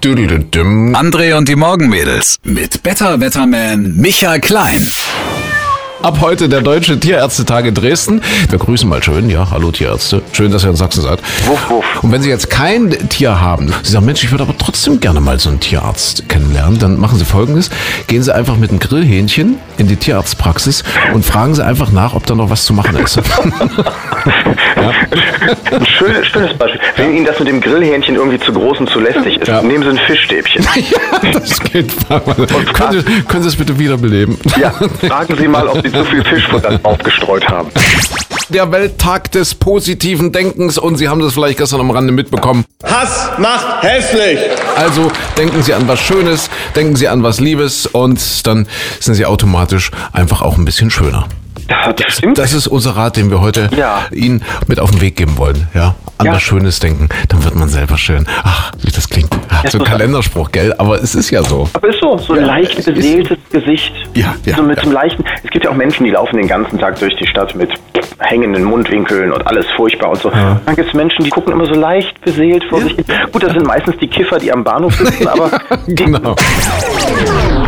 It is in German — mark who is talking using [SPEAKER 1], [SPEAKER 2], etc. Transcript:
[SPEAKER 1] André und die Morgenmädels mit Better Wetterman Michael Klein.
[SPEAKER 2] Ab heute der Deutsche Tierärztetag in Dresden. Wir grüßen mal schön. Ja, hallo Tierärzte. Schön, dass ihr in Sachsen seid.
[SPEAKER 3] Wuff, wuff.
[SPEAKER 2] Und wenn Sie jetzt kein Tier haben, Sie sagen, Mensch, ich würde aber trotzdem gerne mal so einen Tierarzt kennenlernen, dann machen Sie Folgendes. Gehen Sie einfach mit einem Grillhähnchen in die Tierarztpraxis und fragen Sie einfach nach, ob da noch was zu machen ist.
[SPEAKER 3] Ja. Ein schönes Beispiel. Wenn Ihnen das mit dem Grillhähnchen irgendwie zu groß und zu lästig ist, nehmen Sie ein Fischstäbchen.
[SPEAKER 2] Ja, das geht. Können Sie es bitte wiederbeleben?
[SPEAKER 3] Ja, fragen Sie mal, ob Sie zu viel Fischfutter aufgestreut haben.
[SPEAKER 2] Der Welttag des positiven Denkens und Sie haben das vielleicht gestern am Rande mitbekommen.
[SPEAKER 4] Hass macht hässlich!
[SPEAKER 2] Also denken Sie an was Schönes, denken Sie an was Liebes und dann sind Sie automatisch einfach auch ein bisschen schöner.
[SPEAKER 3] Ja, das stimmt.
[SPEAKER 2] Das ist unser Rat, den wir heute Ihnen mit auf den Weg geben wollen. Ja, an was Schönes denken, dann wird man selber schön. Ach, wie das klingt. Ja, so ein Kalenderspruch, gell? Aber es ist ja so.
[SPEAKER 3] Aber ist so ein leicht beseeltes Gesicht.
[SPEAKER 2] Ja.
[SPEAKER 3] So mit einem leichten. Es gibt ja auch Menschen, die laufen den ganzen Tag durch die Stadt mit hängenden Mundwinkeln und alles furchtbar und so. Ja. Dann gibt es Menschen, die gucken immer so leicht beseelt vor sich hin. Gut, das sind meistens die Kiffer, die am Bahnhof sitzen, aber
[SPEAKER 2] genau.